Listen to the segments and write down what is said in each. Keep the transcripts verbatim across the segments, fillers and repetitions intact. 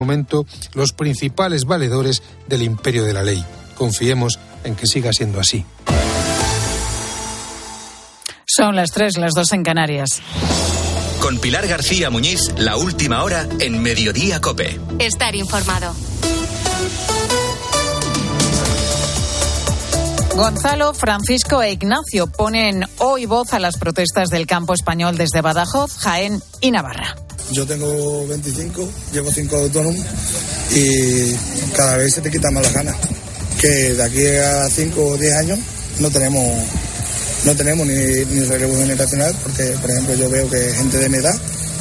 momento los principales valedores del imperio de la ley. Confiemos en que siga siendo así. Son las tres, las dos en Canarias. Con Pilar García Muñiz, la última hora en Mediodía COPE. Estar informado. Gonzalo, Francisco e Ignacio ponen hoy voz a las protestas del campo español desde Badajoz, Jaén y Navarra. Yo tengo veinticinco, llevo cinco de autónomo y cada vez se te quitan más las ganas. Que de aquí a cinco o diez años no tenemos no tenemos ni, ni relevo generacional, porque por ejemplo yo veo que gente de mi edad,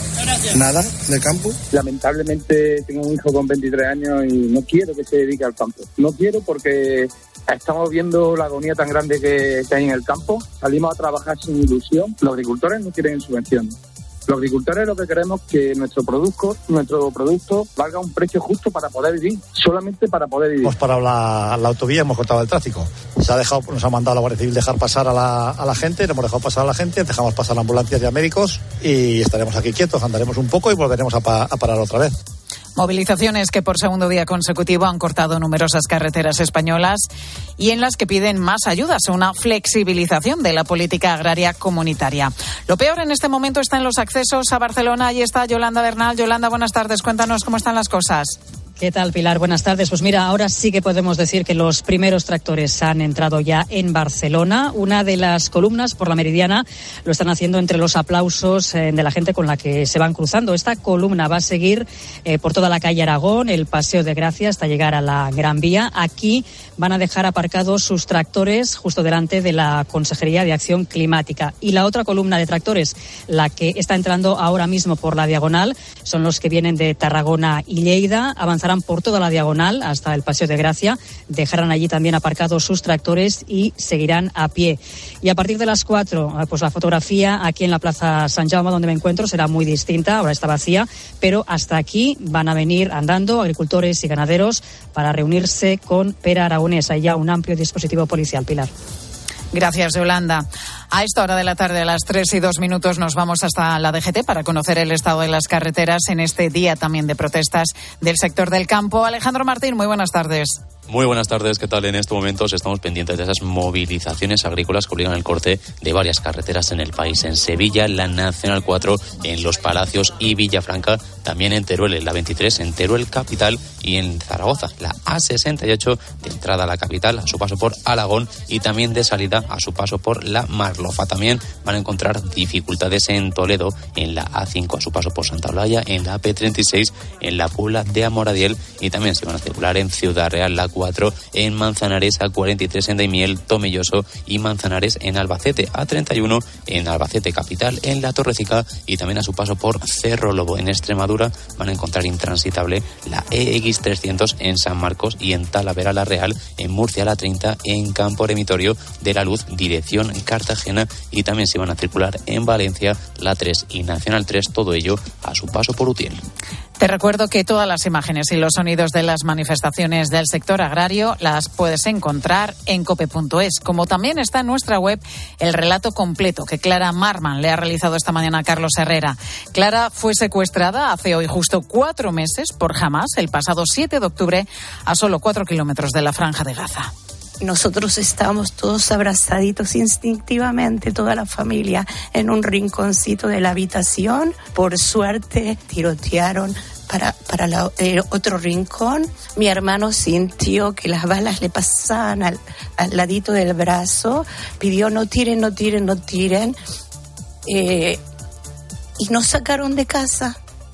nada del campo. Lamentablemente tengo un hijo con veintitrés años y no quiero que se dedique al campo. No quiero porque estamos viendo la agonía tan grande que, que hay en el campo. Salimos a trabajar sin ilusión. Los agricultores no quieren subvenciones. Los agricultores lo que queremos es que nuestro producto, nuestro producto valga un precio justo para poder vivir, solamente para poder vivir. Hemos parado la, la autovía, hemos cortado el tráfico. Se ha dejado, nos ha mandado la Guardia Civil dejar pasar a la, a la gente, le hemos dejado pasar a la gente, dejamos pasar a ambulancias y a médicos y estaremos aquí quietos, andaremos un poco y volveremos a, pa, a parar otra vez. Movilizaciones que por segundo día consecutivo han cortado numerosas carreteras españolas y en las que piden más ayudas, una flexibilización de la política agraria comunitaria. Lo peor en este momento está en los accesos a Barcelona. Allí está Yolanda Bernal. Yolanda, buenas tardes. Cuéntanos cómo están las cosas. ¿Qué tal, Pilar? Buenas tardes. Pues mira, ahora sí que podemos decir que los primeros tractores han entrado ya en Barcelona. Una de las columnas por la Meridiana lo están haciendo entre los aplausos eh, de la gente con la que se van cruzando. Esta columna va a seguir eh, por toda la calle Aragón, el Paseo de Gracia, hasta llegar a la Gran Vía. Aquí van a dejar aparcados sus tractores justo delante de la Consejería de Acción Climática. Y la otra columna de tractores, la que está entrando ahora mismo por la Diagonal, son los que vienen de Tarragona y Lleida. Avanzarán por toda la Diagonal hasta el Paseo de Gracia, dejarán allí también aparcados sus tractores y seguirán a pie. Y a partir de las cuatro, pues la fotografía aquí en la Plaza Sant Jaume, donde me encuentro, será muy distinta, ahora está vacía, pero hasta aquí van a venir andando agricultores y ganaderos para reunirse con Pere Aragonès. Hay ya un amplio dispositivo policial, Pilar. Gracias, Yolanda. A esta hora de la tarde, a las tres y dos minutos, nos vamos hasta la D G T para conocer el estado de las carreteras en este día también de protestas del sector del campo. Alejandro Martín, muy buenas tardes. Muy buenas tardes, ¿qué tal? En estos momentos estamos pendientes de esas movilizaciones agrícolas que obligan el corte de varias carreteras en el país. En Sevilla, la Nacional cuatro, en Los Palacios y Villafranca, también en Teruel, la veintitrés, en Teruel capital y en Zaragoza, la A sesenta y ocho, de entrada a la capital, a su paso por Alagón y también de salida a su paso por la Marlofa. También van a encontrar dificultades en Toledo, en la A cinco, a su paso por Santa Olalla, en la A P treinta y seis, en la Puebla de Amoradiel y también se van a circular en Ciudad Real, la cuatro, en Manzanares, A cuarenta y tres en Daimiel, Tomelloso y Manzanares en Albacete, A treinta y uno en Albacete capital, en La Torrecica y también a su paso por Cerro Lobo. En Extremadura van a encontrar intransitable la E X trescientos en San Marcos y en Talavera la Real, en Murcia la treinta, en Campo Eremitorio de la Luz, dirección Cartagena y también se van a circular en Valencia la tres y Nacional tres, todo ello a su paso por Utiel. Te recuerdo que todas las imágenes y los sonidos de las manifestaciones del sector agrario las puedes encontrar en cope punto es, como también está en nuestra web el relato completo que Clara Marman le ha realizado esta mañana a Carlos Herrera. Clara fue secuestrada hace hoy justo cuatro meses por Hamás el pasado siete de octubre a solo cuatro kilómetros de la Franja de Gaza. Nosotros estábamos todos abrazaditos instintivamente, toda la familia, en un rinconcito de la habitación. Por suerte, tirotearon para, para la, el otro rincón. Mi hermano sintió que las balas le pasaban al, al ladito del brazo. Pidió no tiren, no tiren, no tiren. Eh, y nos sacaron de casa.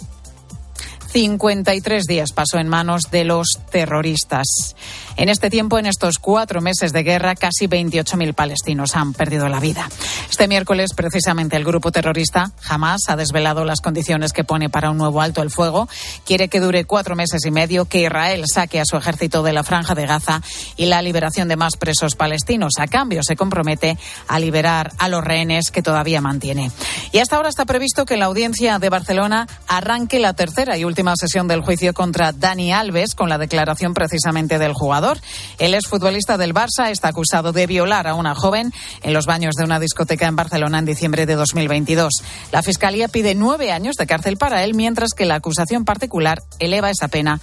cincuenta y tres días pasó en manos de los terroristas. En este tiempo, en estos cuatro meses de guerra, casi veintiocho mil palestinos han perdido la vida. Este miércoles, precisamente, el grupo terrorista Hamás ha desvelado las condiciones que pone para un nuevo alto el fuego. Quiere que dure cuatro meses y medio, que Israel saque a su ejército de la Franja de Gaza y la liberación de más presos palestinos. A cambio, se compromete a liberar a los rehenes que todavía mantiene. Y hasta ahora está previsto que la audiencia de Barcelona arranque la tercera y última sesión del juicio contra Dani Alves, con la declaración precisamente del jugador. El exfutbolista del Barça está acusado de violar a una joven en los baños de una discoteca en Barcelona en diciembre de dos mil veintidós. La Fiscalía pide nueve años de cárcel para él, mientras que la acusación particular eleva esa pena